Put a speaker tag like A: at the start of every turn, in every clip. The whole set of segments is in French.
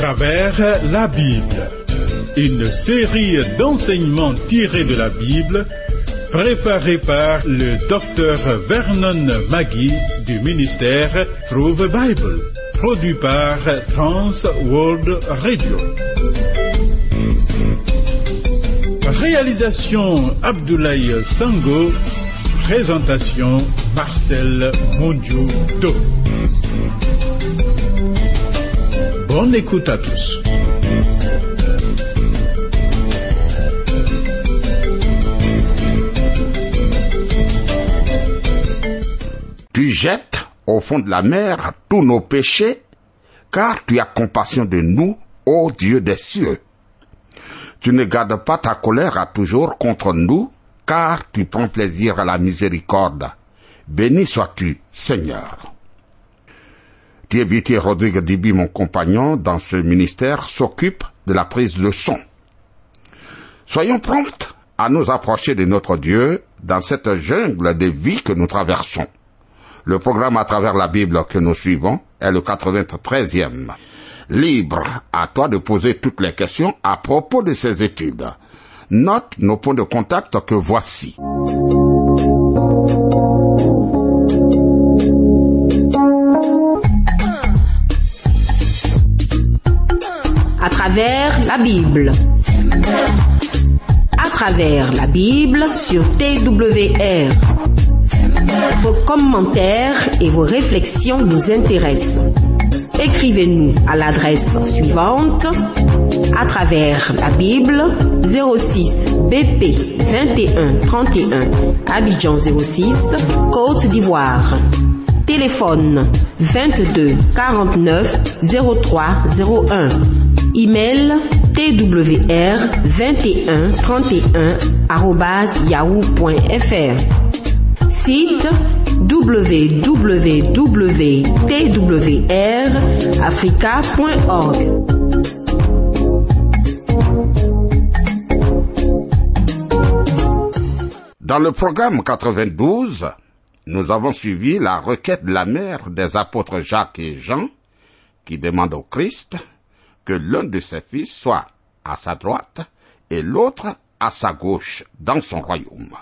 A: travers la Bible. Une série d'enseignements tirés de la Bible, préparée par le Dr Vernon Magui du ministère Through the Bible, produit par Trans World Radio. Réalisation Abdoulaye Sango, présentation Marcel Mondiou-Do. Bonne écoute à tous.
B: Tu jettes au fond de la mer tous nos péchés, car tu as compassion de nous, ô Dieu des cieux. Tu ne gardes pas ta colère à toujours contre nous, car tu prends plaisir à la miséricorde. Béni sois-tu, Seigneur. Thierry Rodrigue Dibi, mon compagnon dans ce ministère, s'occupe de la prise de son. Soyons prompts à nous approcher de notre Dieu dans cette jungle de vie que nous traversons. Le programme à travers la Bible que nous suivons est le 93e. Libre à toi de poser toutes les questions à propos de ces études. Note nos points de contact que voici.
C: À travers la Bible. À travers la Bible sur TWR. Vos commentaires et vos réflexions nous intéressent. Écrivez-nous à l'adresse suivante: à travers la Bible, 06 BP 21 31 Abidjan 06, Côte d'Ivoire. Téléphone 22 49 03 01. Email twr2131@yahoo.fr. Site www.twrafrica.org.
B: Dans le programme 92, nous avons suivi la requête de la mère des apôtres Jacques et Jean, qui demandent au Christ que l'un de ses fils soit à sa droite et l'autre à sa gauche dans son royaume.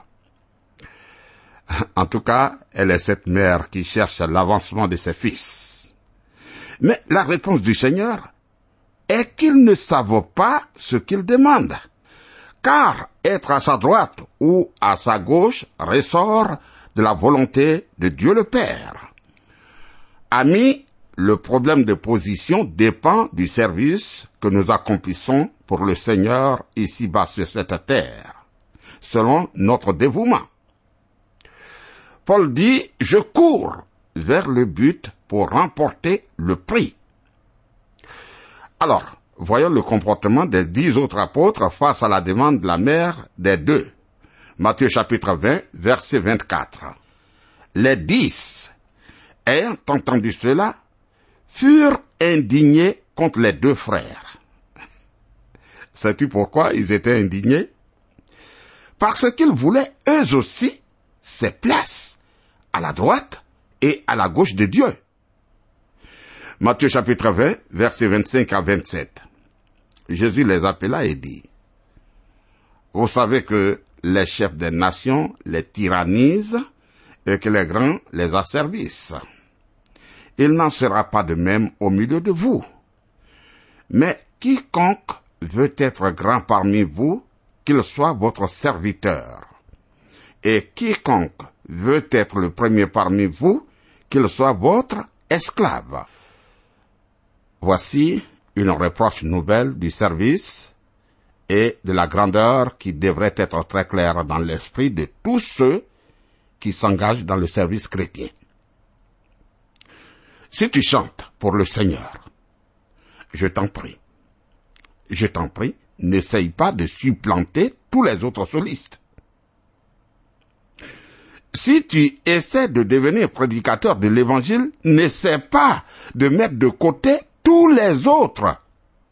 B: En tout cas, elle est cette mère qui cherche l'avancement de ses fils. Mais la réponse du Seigneur est qu'ils ne savent pas ce qu'ils demandent, car être à sa droite ou à sa gauche ressort de la volonté de Dieu le Père. Amis, le problème de position dépend du service que nous accomplissons pour le Seigneur ici-bas sur cette terre, selon notre dévouement. Paul dit, je cours vers le but pour remporter le prix. Alors, voyons le comportement des 10 autres apôtres face à la demande de la mère des deux. Matthieu chapitre 20, verset 24. Les 10, ayant entendu cela, furent indignés contre les deux frères. Sais-tu pourquoi ils étaient indignés? Parce qu'ils voulaient eux aussi ces places à la droite et à la gauche de Dieu. Matthieu chapitre 20, versets 25 à 27. Jésus les appela et dit, vous savez que les chefs des nations les tyrannisent et que les grands les asservissent. Il n'en sera pas de même au milieu de vous. Mais quiconque veut être grand parmi vous, qu'il soit votre serviteur. Et quiconque veut être le premier parmi vous, qu'il soit votre esclave. Voici une reproche nouvelle du service et de la grandeur qui devrait être très claire dans l'esprit de tous ceux qui s'engagent dans le service chrétien. Si tu chantes pour le Seigneur, je t'en prie, n'essaye pas de supplanter tous les autres solistes. Si tu essaies de devenir prédicateur de l'évangile, n'essaie pas de mettre de côté tous les autres.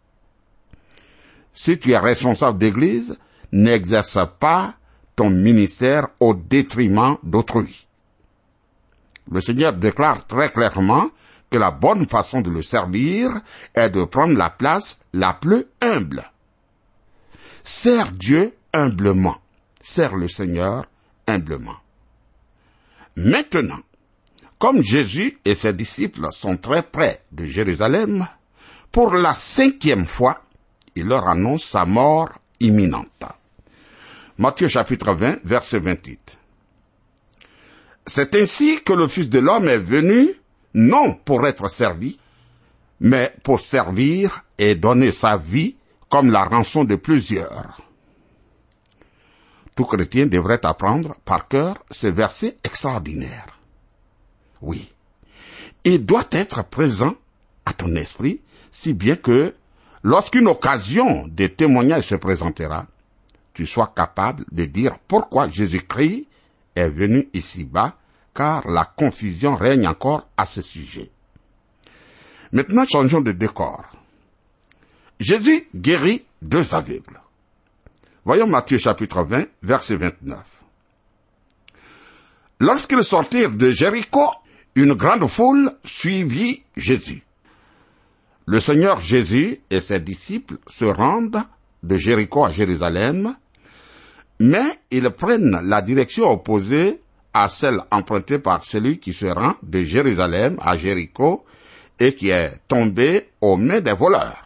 B: Si tu es responsable d'église, n'exerce pas ton ministère au détriment d'autrui. Le Seigneur déclare très clairement que la bonne façon de le servir est de prendre la place la plus humble. Sers Dieu humblement. Sers le Seigneur humblement. Maintenant, comme Jésus et ses disciples sont très près de Jérusalem, pour la 5e fois, il leur annonce sa mort imminente. Matthieu chapitre 20, verset 28. C'est ainsi que le Fils de l'homme est venu, non pour être servi, mais pour servir et donner sa vie comme la rançon de plusieurs. Tout chrétien devrait apprendre par cœur ce verset extraordinaire. Oui, il doit être présent à ton esprit, si bien que, lorsqu'une occasion de témoignage se présentera, tu sois capable de dire pourquoi Jésus-Christ est venu ici-bas, car la confusion règne encore à ce sujet. Maintenant, changeons de décor. Jésus guérit 2 aveugles. Voyons Matthieu chapitre 20, verset 29. Lorsqu'ils sortirent de Jéricho, une grande foule suivit Jésus. Le Seigneur Jésus et ses disciples se rendent de Jéricho à Jérusalem, mais ils prennent la direction opposée à celle empruntée par celui qui se rend de Jérusalem à Jéricho et qui est tombé aux mains des voleurs.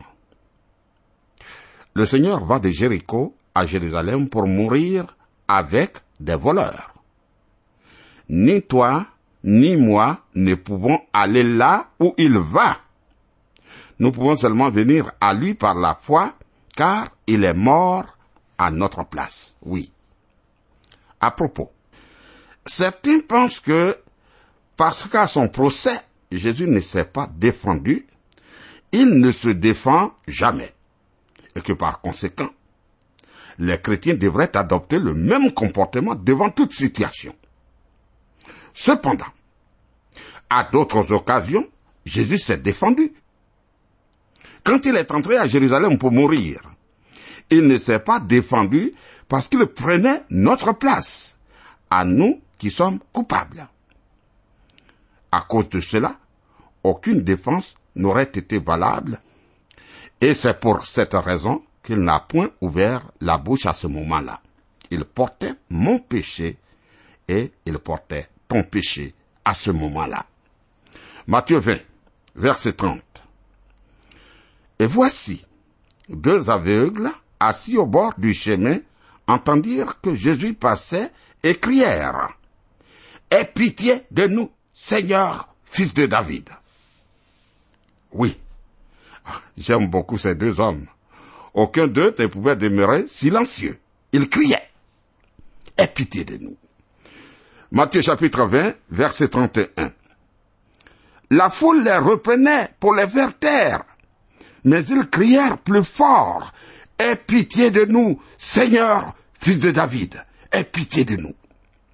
B: Le Seigneur va de Jéricho à Jérusalem pour mourir avec des voleurs. Ni toi, ni moi ne pouvons aller là où il va. Nous pouvons seulement venir à lui par la foi, car il est mort à notre place. Oui. À propos, certains pensent que, parce qu'à son procès, Jésus ne s'est pas défendu, il ne se défend jamais. Et que par conséquent, les chrétiens devraient adopter le même comportement devant toute situation. Cependant, à d'autres occasions, Jésus s'est défendu. Quand il est entré à Jérusalem pour mourir, il ne s'est pas défendu parce qu'il prenait notre place, à nous qui sommes coupables. À cause de cela, aucune défense n'aurait été valable, et c'est pour cette raison qu'il n'a point ouvert la bouche à ce moment-là. Il portait mon péché et il portait ton péché à ce moment-là. Matthieu 20, verset 30. Et voici, 2 aveugles, assis au bord du chemin, entendirent que Jésus passait et crièrent, « Aie pitié de nous, Seigneur, fils de David. » Oui, j'aime beaucoup ces 2 hommes. Aucun d'eux ne pouvait demeurer silencieux. Ils criaient, « Aie pitié de nous. » Matthieu chapitre 20, verset 31. La foule les reprenait pour les faire taire, mais ils crièrent plus fort, « Aie pitié de nous, Seigneur, fils de David, aie pitié de nous. »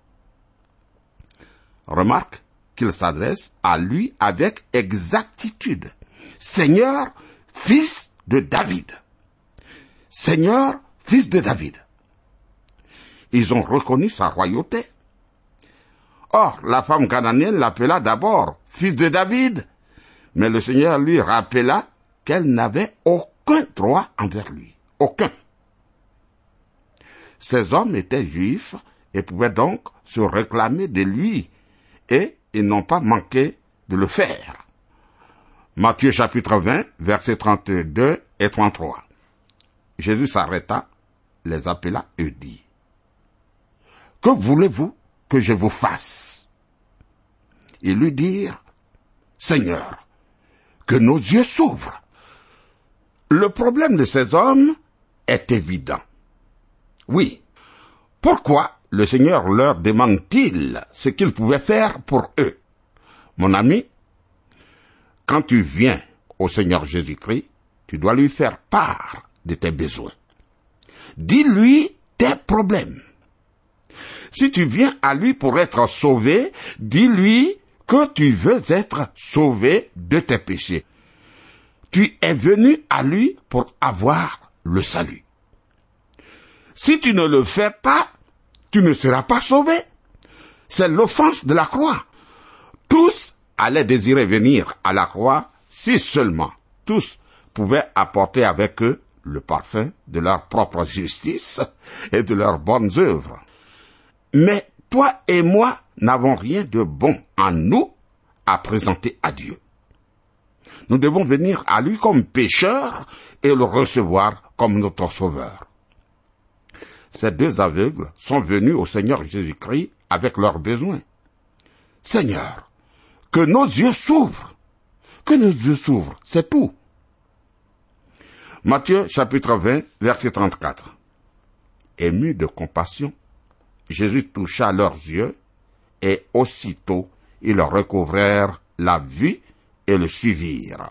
B: Remarque qu'il s'adresse à lui avec exactitude. « Seigneur, fils de David. » Seigneur, fils de David. Ils ont reconnu sa royauté. Or, la femme cananéenne l'appela d'abord fils de David, mais le Seigneur lui rappela qu'elle n'avait aucun droit envers lui. Aucun. Ces hommes étaient juifs et pouvaient donc se réclamer de lui, et ils n'ont pas manqué de le faire. Matthieu chapitre 20, versets 32 et 33. Jésus s'arrêta, les appela et dit, « Que voulez-vous que je vous fasse ?» Ils lui dirent, « Seigneur, que nos yeux s'ouvrent. » Le problème de ces hommes est évident. Oui, pourquoi le Seigneur leur demande-t-il ce qu'ils pouvaient faire pour eux? Mon ami, quand tu viens au Seigneur Jésus-Christ, tu dois lui faire part de tes besoins. Dis-lui tes problèmes. Si tu viens à lui pour être sauvé, dis-lui que tu veux être sauvé de tes péchés. Tu es venu à lui pour avoir le salut. Si tu ne le fais pas, tu ne seras pas sauvé. C'est l'offense de la croix. Tous allaient désirer venir à la croix si seulement tous pouvaient apporter avec eux le parfum de leur propre justice et de leurs bonnes œuvres. Mais toi et moi n'avons rien de bon en nous à présenter à Dieu. Nous devons venir à lui comme pécheurs et le recevoir comme notre sauveur. Ces deux aveugles sont venus au Seigneur Jésus-Christ avec leurs besoins. Seigneur, que nos yeux s'ouvrent. Que nos yeux s'ouvrent, c'est tout. Matthieu chapitre 20, verset 34. Ému de compassion, Jésus toucha leurs yeux et aussitôt ils recouvrèrent la vue et le suivirent.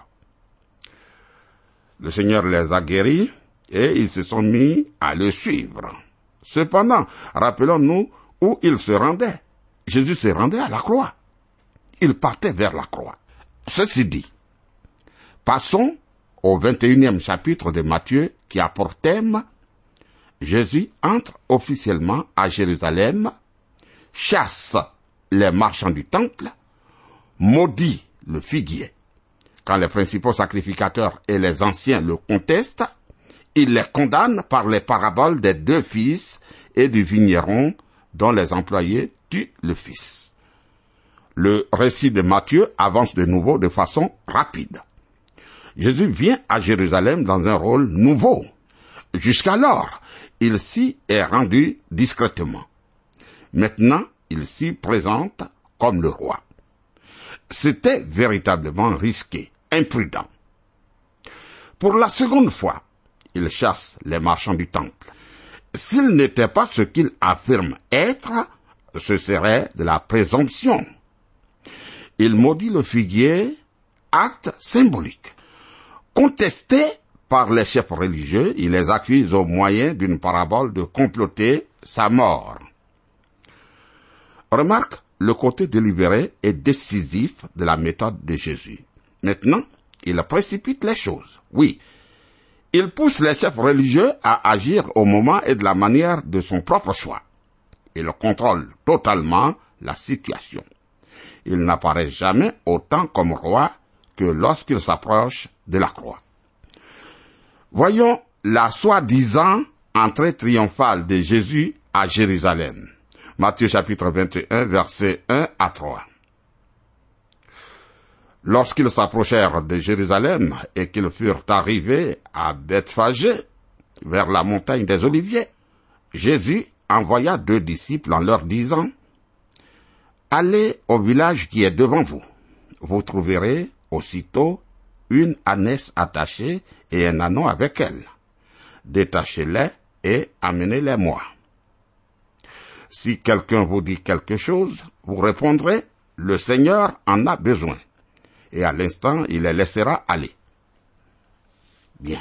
B: Le Seigneur les a guéris et ils se sont mis à le suivre. Cependant, rappelons-nous où il se rendait. Jésus se rendait à la croix. Il partait vers la croix. Ceci dit, passons au 21e chapitre de Matthieu qui a pour thème Jésus entre officiellement à Jérusalem, chasse les marchands du temple, maudit le figuier. Quand les principaux sacrificateurs et les anciens le contestent, il les condamne par les paraboles des deux fils et du vigneron dont les employés tuent le fils. Le récit de Matthieu avance de nouveau de façon rapide. Jésus vient à Jérusalem dans un rôle nouveau. Jusqu'alors, il s'y est rendu discrètement. Maintenant, il s'y présente comme le roi. C'était véritablement risqué, imprudent. Pour la seconde fois, il chasse les marchands du temple. S'il n'était pas ce qu'il affirme être, ce serait de la présomption. Il maudit le figuier, acte symbolique. Contesté par les chefs religieux, il les accuse au moyen d'une parabole de comploter sa mort. Remarque le côté délibéré et décisif de la méthode de Jésus. Maintenant, il précipite les choses. Oui, il pousse les chefs religieux à agir au moment et de la manière de son propre choix. Il contrôle totalement la situation. Il n'apparaît jamais autant comme roi que lorsqu'il s'approche de la croix. Voyons la soi-disant entrée triomphale de Jésus à Jérusalem. Matthieu chapitre 21, versets 1 à 3. Lorsqu'ils s'approchèrent de Jérusalem et qu'ils furent arrivés à Bethphagée, vers la montagne des Oliviers, Jésus envoya 2 disciples en leur disant, « Allez au village qui est devant vous. Vous trouverez aussitôt une ânesse attachée et un ânon avec elle. Détachez-les et amenez-les-moi. Si quelqu'un vous dit quelque chose, vous répondrez, le Seigneur en a besoin. Et à l'instant, il les laissera aller. » Bien.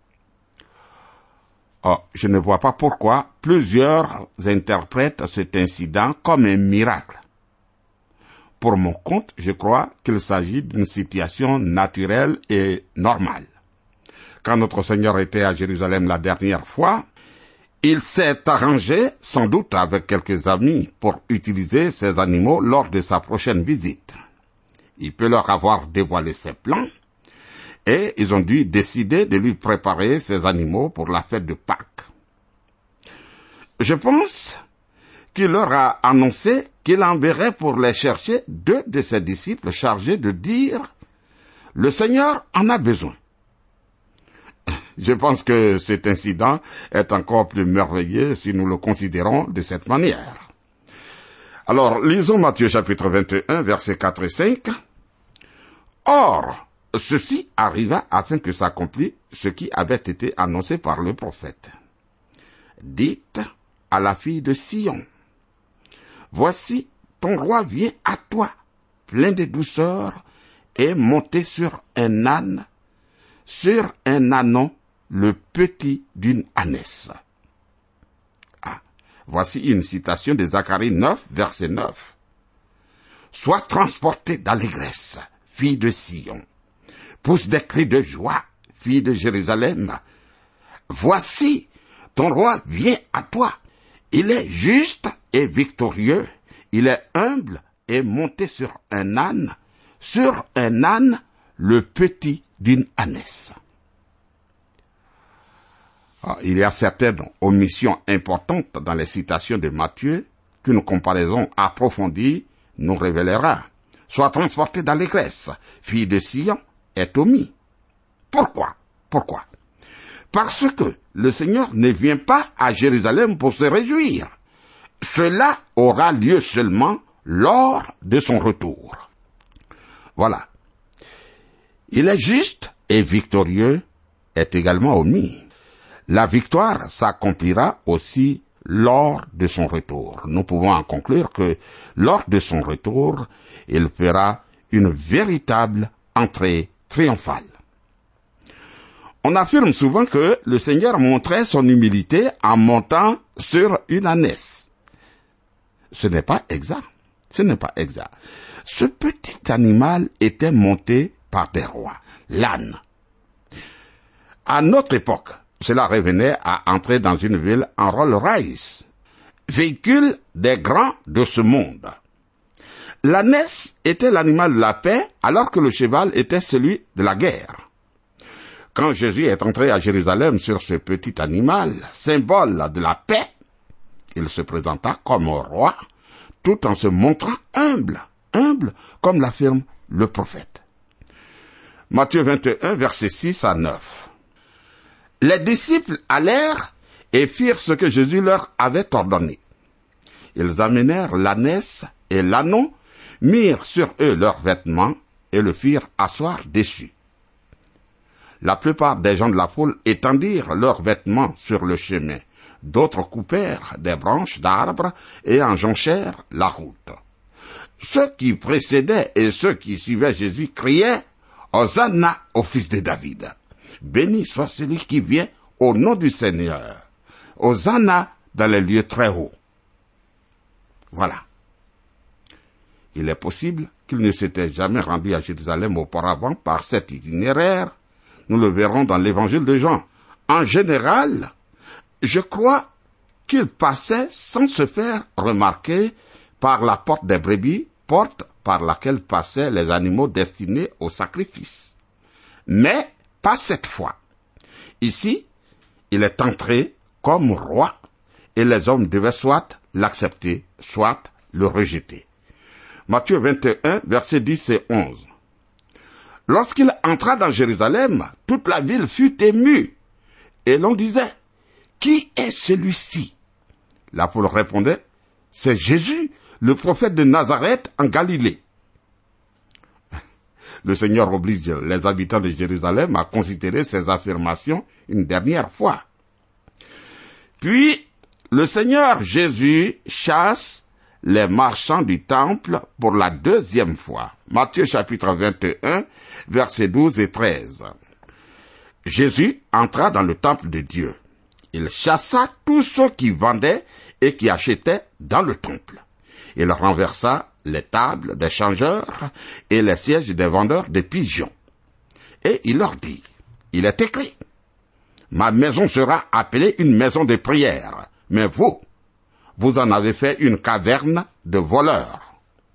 B: Oh, je ne vois pas pourquoi plusieurs interprètent cet incident comme un miracle. Pour mon compte, je crois qu'il s'agit d'une situation naturelle et normale. Quand notre Seigneur était à Jérusalem la dernière fois, il s'est arrangé, sans doute avec quelques amis, pour utiliser ces animaux lors de sa prochaine visite. Il peut leur avoir dévoilé ses plans, et ils ont dû décider de lui préparer ces animaux pour la fête de Pâques. Je pense qu'il leur a annoncé qu'il enverrait pour les chercher 2 de ses disciples chargés de dire « Le Seigneur en a besoin ». Je pense que cet incident est encore plus merveilleux si nous le considérons de cette manière. Alors, lisons Matthieu chapitre 21, versets 4 et 5. « Or, ceci arriva afin que s'accomplisse ce qui avait été annoncé par le prophète. Dites à la fille de Sion, « Voici, ton roi vient à toi, plein de douceur, et monté sur un âne, sur un ânon, le petit d'une ânesse. » Ah, voici une citation de Zacharie 9, verset 9. « Sois transportée d'allégresse, fille de Sion. Pousse des cris de joie, fille de Jérusalem. Voici, ton roi vient à toi. Il est juste et victorieux. Il est humble et monté sur un âne, sur un âne, le petit d'une ânesse. Il y a certaines omissions importantes dans les citations de Matthieu qu'une comparaison approfondie nous révélera. Sois transporté d'allégresse, fille de Sion, est omis. Pourquoi? Parce que le Seigneur ne vient pas à Jérusalem pour se réjouir. Cela aura lieu seulement lors de son retour. Voilà. Il est juste et victorieux est également omis. La victoire s'accomplira aussi lors de son retour. Nous pouvons en conclure que lors de son retour, il fera une véritable entrée triomphale. On affirme souvent que le Seigneur montrait son humilité en montant sur une ânesse. Ce n'est pas exact. Ce petit animal était monté par des rois, l'âne. À notre époque, cela revenait à entrer dans une ville en Rolls-Royce, véhicule des grands de ce monde. L'ânesse était l'animal de la paix, alors que le cheval était celui de la guerre. Quand Jésus est entré à Jérusalem sur ce petit animal, symbole de la paix, il se présenta comme un roi, tout en se montrant humble comme l'affirme le prophète. Matthieu 21, versets 6 à 9. Les disciples allèrent et firent ce que Jésus leur avait ordonné. Ils amenèrent l'ânesse et l'ânon, mirent sur eux leurs vêtements et le firent asseoir dessus. La plupart des gens de la foule étendirent leurs vêtements sur le chemin. D'autres coupèrent des branches d'arbres et en jonchèrent la route. Ceux qui précédaient et ceux qui suivaient Jésus criaient « Hosanna au fils de David !» Béni soit celui qui vient au nom du Seigneur. Hosanna dans les lieux très hauts. Voilà. Il est possible qu'il ne s'était jamais rendu à Jérusalem auparavant par cet itinéraire. Nous le verrons dans l'évangile de Jean. En général, je crois qu'il passait sans se faire remarquer par la porte des brebis, porte par laquelle passaient les animaux destinés au sacrifice. Mais pas cette fois. Ici, il est entré comme roi, et les hommes devaient soit l'accepter, soit le rejeter. Matthieu 21, versets 10 et 11. Lorsqu'il entra dans Jérusalem, toute la ville fut émue, et l'on disait, « Qui est celui-ci » La foule répondait, « C'est Jésus, le prophète de Nazareth en Galilée. » Le Seigneur oblige les habitants de Jérusalem à considérer ces affirmations une dernière fois. Puis, le Seigneur Jésus chasse les marchands du temple pour la deuxième fois. Matthieu chapitre 21, versets 12 et 13. Jésus entra dans le temple de Dieu. Il chassa tous ceux qui vendaient et qui achetaient dans le temple. Il renversa les tables des changeurs et les sièges des vendeurs de pigeons. Et il leur dit, il est écrit, « Ma maison sera appelée une maison de prière, mais vous en avez fait une caverne de voleurs. »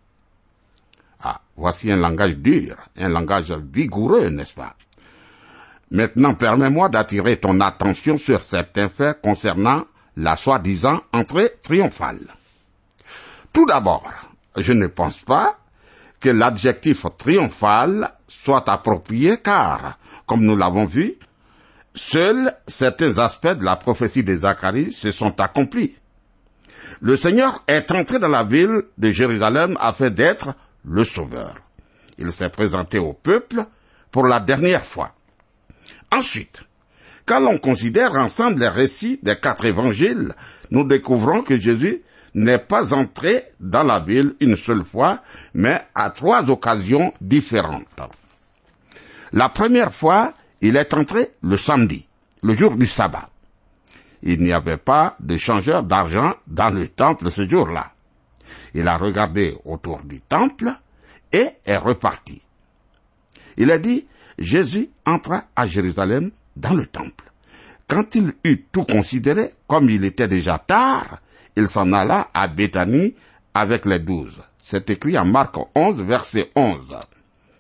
B: Voici un langage dur, un langage vigoureux, n'est-ce pas? Maintenant, permets-moi d'attirer ton attention sur certains faits concernant la soi-disant entrée triomphale. Tout d'abord, je ne pense pas que l'adjectif triomphal soit approprié car, comme nous l'avons vu, seuls certains aspects de la prophétie de Zacharie se sont accomplis. Le Seigneur est entré dans la ville de Jérusalem afin d'être le Sauveur. Il s'est présenté au peuple pour la dernière fois. Ensuite, quand l'on considère ensemble les récits des 4 évangiles, nous découvrons que Jésus n'est pas entré dans la ville une seule fois, mais à 3 occasions différentes. La première fois, il est entré le samedi, le jour du sabbat. Il n'y avait pas de changeur d'argent dans le temple ce jour-là. Il a regardé autour du temple et est reparti. Il a dit, Jésus entra à Jérusalem dans le temple. Quand il eut tout considéré, comme il était déjà tard, il s'en alla à Béthanie avec les 12. C'est écrit en Marc 11, verset 11.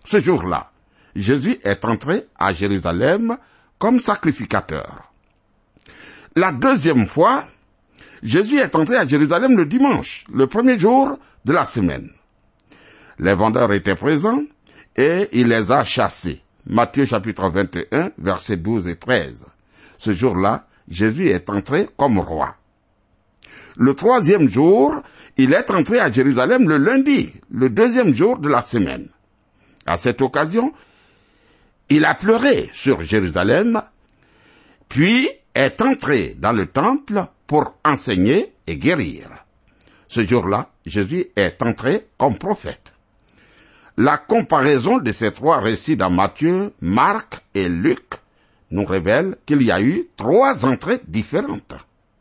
B: Ce jour-là, Jésus est entré à Jérusalem comme sacrificateur. La deuxième fois, Jésus est entré à Jérusalem le dimanche, le premier jour de la semaine. Les vendeurs étaient présents et il les a chassés. Matthieu chapitre 21, versets 12 et 13. Ce jour-là, Jésus est entré comme roi. Le troisième jour, il est entré à Jérusalem le lundi, le deuxième jour de la semaine. À cette occasion, il a pleuré sur Jérusalem, puis est entré dans le temple pour enseigner et guérir. Ce jour-là, Jésus est entré comme prophète. La comparaison de ces trois récits dans Matthieu, Marc et Luc nous révèle qu'il y a eu trois entrées différentes.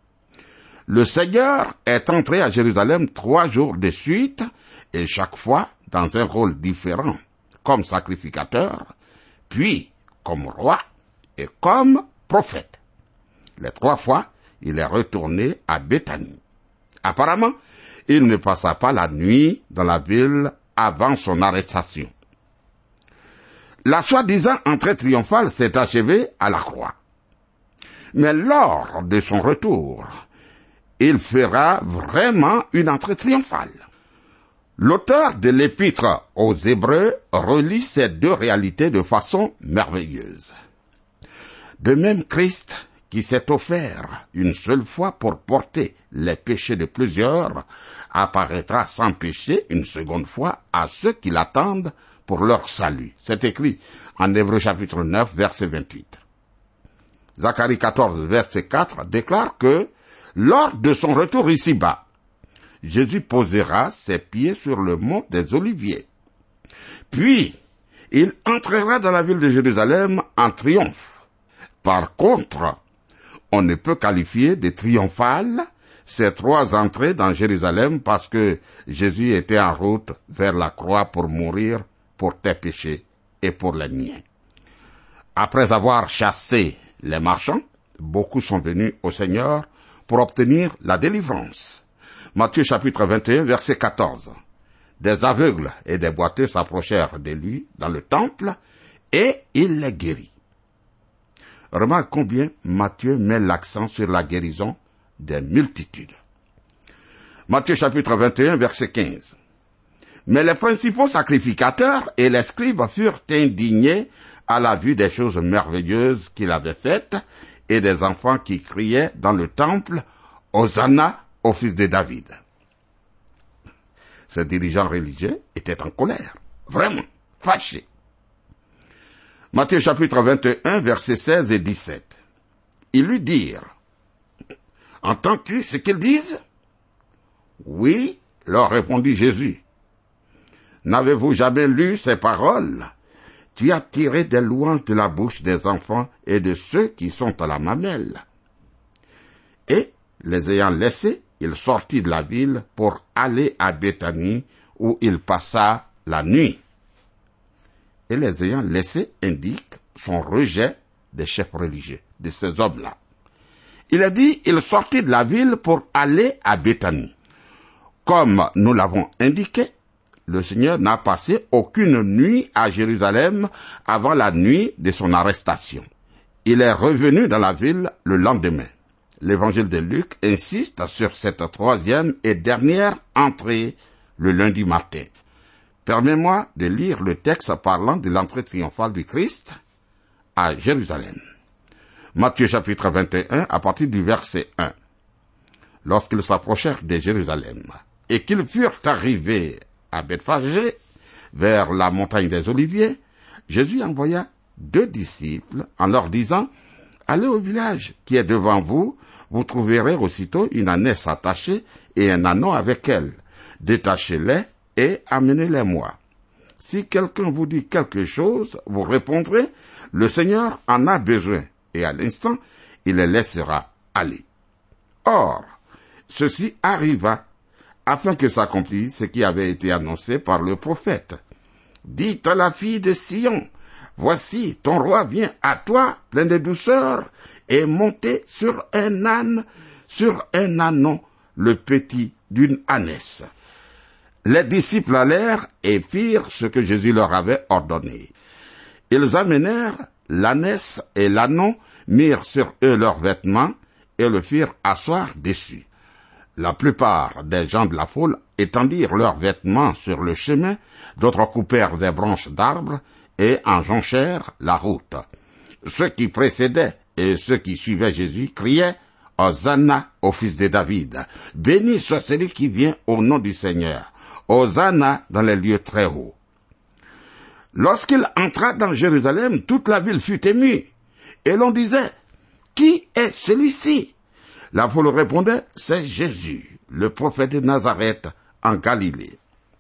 B: Le Seigneur est entré à Jérusalem 3 jours de suite, et chaque fois dans un rôle différent, comme sacrificateur, puis comme roi et comme prophète. Les 3 fois, il est retourné à Béthanie. Apparemment, il ne passa pas la nuit dans la ville avant son arrestation. La soi-disant entrée triomphale s'est achevée à la croix. Mais lors de son retour, il fera vraiment une entrée triomphale. L'auteur de l'épître aux Hébreux relie ces deux réalités de façon merveilleuse. De même, Christ, qui s'est offert une seule fois pour porter les péchés de plusieurs, apparaîtra sans péché une seconde fois à ceux qui l'attendent pour leur salut. C'est écrit en Hébreux chapitre 9, verset 28. Zacharie 14, verset 4 déclare que lors de son retour ici-bas, Jésus posera ses pieds sur le mont des Oliviers. Puis, il entrera dans la ville de Jérusalem en triomphe. Par contre, on ne peut qualifier de triomphales ces 3 entrées dans Jérusalem parce que Jésus était en route vers la croix pour mourir pour tes péchés et pour les miens. Après avoir chassé les marchands, beaucoup sont venus au Seigneur pour obtenir la délivrance. Matthieu chapitre 21, verset 14. Des aveugles et des boiteux s'approchèrent de lui dans le temple et il les guérit. Remarque combien Matthieu met l'accent sur la guérison des multitudes. Matthieu chapitre 21, verset 15. Mais les principaux sacrificateurs et les scribes furent indignés à la vue des choses merveilleuses qu'il avait faites et des enfants qui criaient dans le temple « Hosanna au fils de David ». Ces dirigeants religieux étaient en colère, vraiment fâchés. Matthieu chapitre 21, versets 16 et 17. Ils lui dirent, « Entends-tu ce qu'ils disent ?» ?»« Oui, leur répondit Jésus. »« N'avez-vous jamais lu ces paroles ? Tu as tiré des louanges de la bouche des enfants et de ceux qui sont à la mamelle. » Et, les ayant laissés, il sortit de la ville pour aller à Béthanie, où il passa la nuit. Et les ayant laissés indique son rejet des chefs religieux, de ces hommes-là. Il a dit, il sortit de la ville pour aller à Béthanie. Comme nous l'avons indiqué, le Seigneur n'a passé aucune nuit à Jérusalem avant la nuit de son arrestation. Il est revenu dans la ville le lendemain. L'évangile de Luc insiste sur cette 3e et dernière entrée le lundi matin. Permets-moi de lire le texte parlant de l'entrée triomphale du Christ à Jérusalem. Matthieu chapitre 21 à partir du verset 1. Lorsqu'ils s'approchèrent de Jérusalem et qu'ils furent arrivés à Bethphagée, vers la montagne des Oliviers, Jésus envoya 2 disciples en leur disant, « Allez au village qui est devant vous, vous trouverez aussitôt une ânesse attachée et un ânon avec elle. Détachez-les et amenez-les-moi. Si quelqu'un vous dit quelque chose, vous répondrez, le Seigneur en a besoin, et à l'instant, il les laissera aller. » Or, ceci arriva, afin que s'accomplisse ce qui avait été annoncé par le prophète. « Dites à la fille de Sion, voici ton roi vient à toi, plein de douceur, et monté sur un âne, sur un ânon, le petit d'une ânesse. » Les disciples allèrent et firent ce que Jésus leur avait ordonné. Ils amenèrent l'ânesse et l'ânon, mirent sur eux leurs vêtements et le firent asseoir dessus. La plupart des gens de la foule étendirent leurs vêtements sur le chemin, d'autres coupèrent des branches d'arbres et en jonchèrent la route. Ceux qui précédaient et ceux qui suivaient Jésus criaient « Hosanna au fils de David ! Béni soit celui qui vient au nom du Seigneur! Hosanna dans les lieux très hauts !» Lorsqu'il entra dans Jérusalem, toute la ville fut émue, et l'on disait « Qui est celui-ci » La foule répondait « C'est Jésus, le prophète de Nazareth en Galilée. »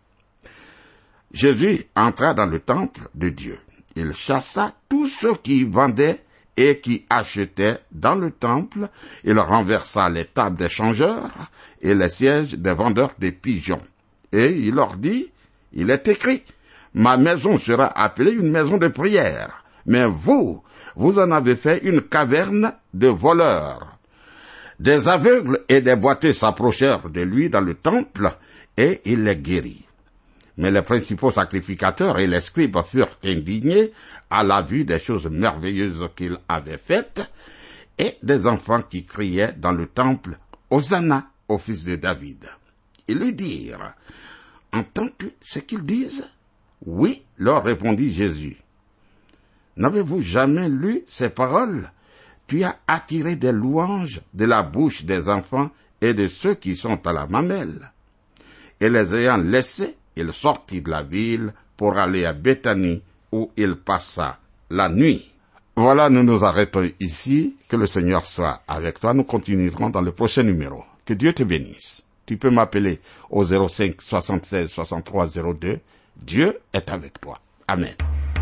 B: Jésus entra dans le temple de Dieu. Il chassa tous ceux qui vendaient et qui achetaient dans le temple. Il renversa les tables des changeurs et les sièges des vendeurs de pigeons. Et il leur dit, il est écrit, « Ma maison sera appelée une maison de prière, mais vous en avez fait une caverne de voleurs. » Des aveugles et des boiteux s'approchèrent de lui dans le temple, et il les guérit. Mais les principaux sacrificateurs et les scribes furent indignés à la vue des choses merveilleuses qu'il avait faites, et des enfants qui criaient dans le temple, « Hosanna au fils de David !» Ils lui dirent, « Entends-tu ce qu'ils disent ?» « Oui, leur répondit Jésus. « N'avez-vous jamais lu ces paroles ? Tu as attiré des louanges de la bouche des enfants et de ceux qui sont à la mamelle. » Et les ayant laissés, il sortit de la ville pour aller à Béthanie, où il passa la nuit. Voilà, nous nous arrêtons ici. Que le Seigneur soit avec toi. Nous continuerons dans le prochain numéro. Que Dieu te bénisse. Tu peux m'appeler au 05 76 63 02. Dieu est avec toi. Amen.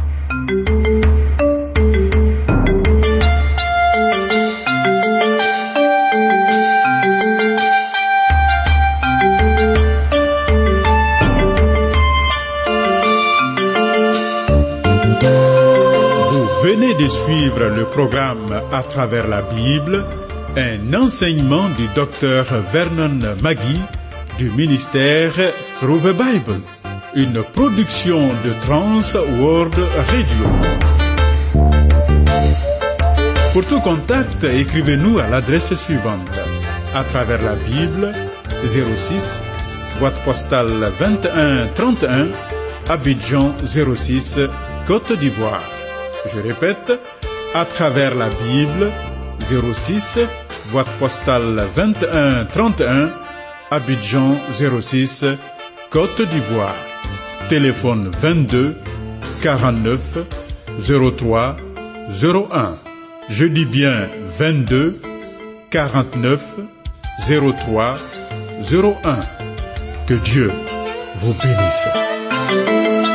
A: Venez de suivre le programme À travers la Bible, un enseignement du docteur Vernon Magui du ministère Through the Bible, une production de Trans World Radio. Pour tout contact, écrivez-nous à l'adresse suivante: À travers la Bible, 06, boîte postale 2131, Abidjan 06, Côte d'Ivoire. Je répète, À travers la Bible, 06, boîte postale 2131, Abidjan 06, Côte d'Ivoire. Téléphone 22 49 03 01. Je dis bien 22 49 03 01. Que Dieu vous bénisse.